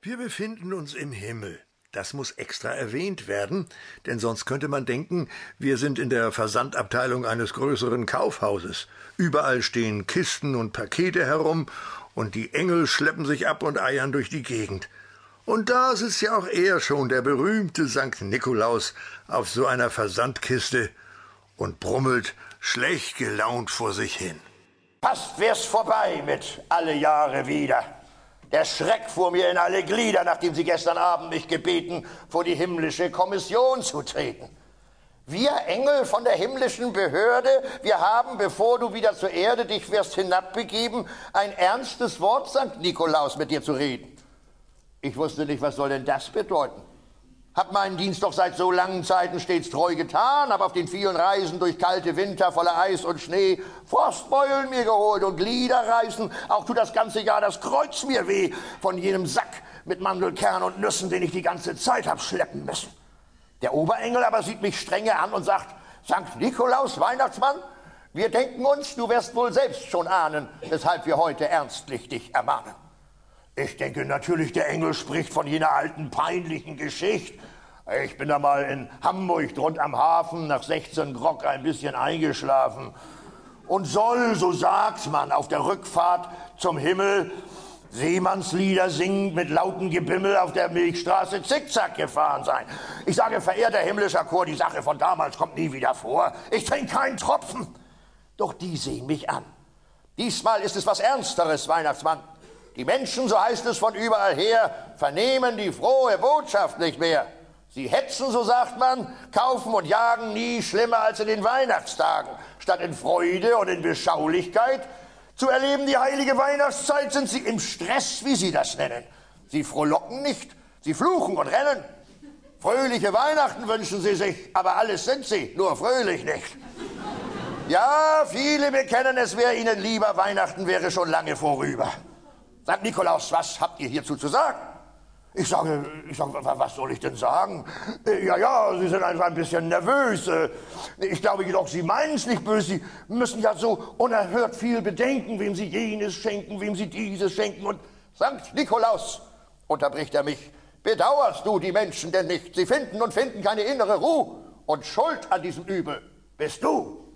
Wir befinden uns im Himmel. Das muss extra erwähnt werden, denn sonst könnte man denken, wir sind in der Versandabteilung eines größeren Kaufhauses. Überall stehen Kisten und Pakete herum, und die Engel schleppen sich ab und eiern durch die Gegend. Und da sitzt ja auch er schon, der berühmte Sankt Nikolaus, auf so einer Versandkiste und brummelt schlecht gelaunt vor sich hin. Fast wär's vorbei mit alle Jahre wieder. Der Schreck fuhr mir in alle Glieder, nachdem Sie gestern Abend mich gebeten, vor die himmlische Kommission zu treten. Wir Engel von der himmlischen Behörde, wir haben, bevor du wieder zur Erde dich wirst hinabbegeben, ein ernstes Wort, Sankt Nikolaus, mit dir zu reden. Ich wusste nicht, was soll denn das bedeuten? Hab meinen Dienst doch seit so langen Zeiten stets treu getan, hab auf den vielen Reisen durch kalte Winter voller Eis und Schnee Frostbeulen mir geholt und Gliederreißen, auch tut das ganze Jahr das Kreuz mir weh von jenem Sack mit Mandelkern und Nüssen, den ich die ganze Zeit hab schleppen müssen. Der Oberengel aber sieht mich strenge an und sagt: Sankt Nikolaus, Weihnachtsmann, wir denken uns, du wirst wohl selbst schon ahnen, weshalb wir heute ernstlich dich ermahnen. Ich denke natürlich, der Engel spricht von jener alten peinlichen Geschichte. Ich bin da mal in Hamburg drunten am Hafen nach 16 Grog ein bisschen eingeschlafen und soll, so sagt man, auf der Rückfahrt zum Himmel Seemannslieder singend mit lautem Gebimmel auf der Milchstraße zickzack gefahren sein. Ich sage, verehrter himmlischer Chor, die Sache von damals kommt nie wieder vor. Ich trinke keinen Tropfen. Doch die sehen mich an. Diesmal ist es was Ernsteres, Weihnachtsmann. Die Menschen, so heißt es von überall her, vernehmen die frohe Botschaft nicht mehr. Sie hetzen, so sagt man, kaufen und jagen nie schlimmer als in den Weihnachtstagen. Statt in Freude und in Beschaulichkeit zu erleben die heilige Weihnachtszeit, sind sie im Stress, wie sie das nennen. Sie frohlocken nicht, sie fluchen und rennen. Fröhliche Weihnachten wünschen sie sich, aber alles sind sie, nur fröhlich nicht. Ja, viele bekennen, es wäre ihnen lieber, Weihnachten wäre schon lange vorüber. Sankt Nikolaus, was habt ihr hierzu zu sagen? Ich sage, was soll ich denn sagen? Ja, Sie sind einfach ein bisschen nervös. Ich glaube jedoch, Sie meinen es nicht böse. Sie müssen ja so unerhört viel bedenken, wem Sie jenes schenken, wem Sie dieses schenken. Und Sankt Nikolaus, unterbricht er mich, bedauerst du die Menschen denn nicht? Sie finden und finden keine innere Ruhe. Und schuld an diesem Übel bist du.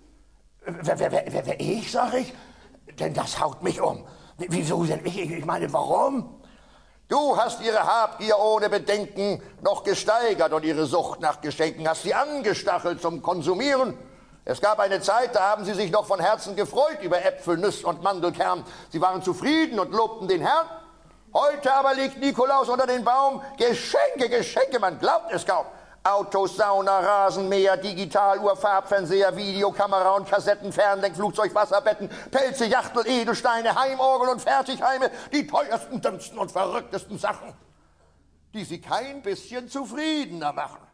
Wer ich, sag ich? Denn das haut mich um. Wieso denn ich? Ich meine, warum? Du hast ihre Habgier ohne Bedenken noch gesteigert und ihre Sucht nach Geschenken hast sie angestachelt zum Konsumieren. Es gab eine Zeit, da haben sie sich noch von Herzen gefreut über Äpfel, Nüsse und Mandelkern. Sie waren zufrieden und lobten den Herrn. Heute aber liegt Nikolaus unter den Baum. Geschenke, man glaubt es kaum. Autos, Sauna, Rasenmäher, Digitaluhr, Farbfernseher, Videokamera und Kassetten, Fernlenk, Flugzeug, Wasserbetten, Pelze, Yachtel, Edelsteine, Heimorgel und Fertigheime, die teuersten, dümmsten und verrücktesten Sachen, die sie kein bisschen zufriedener machen.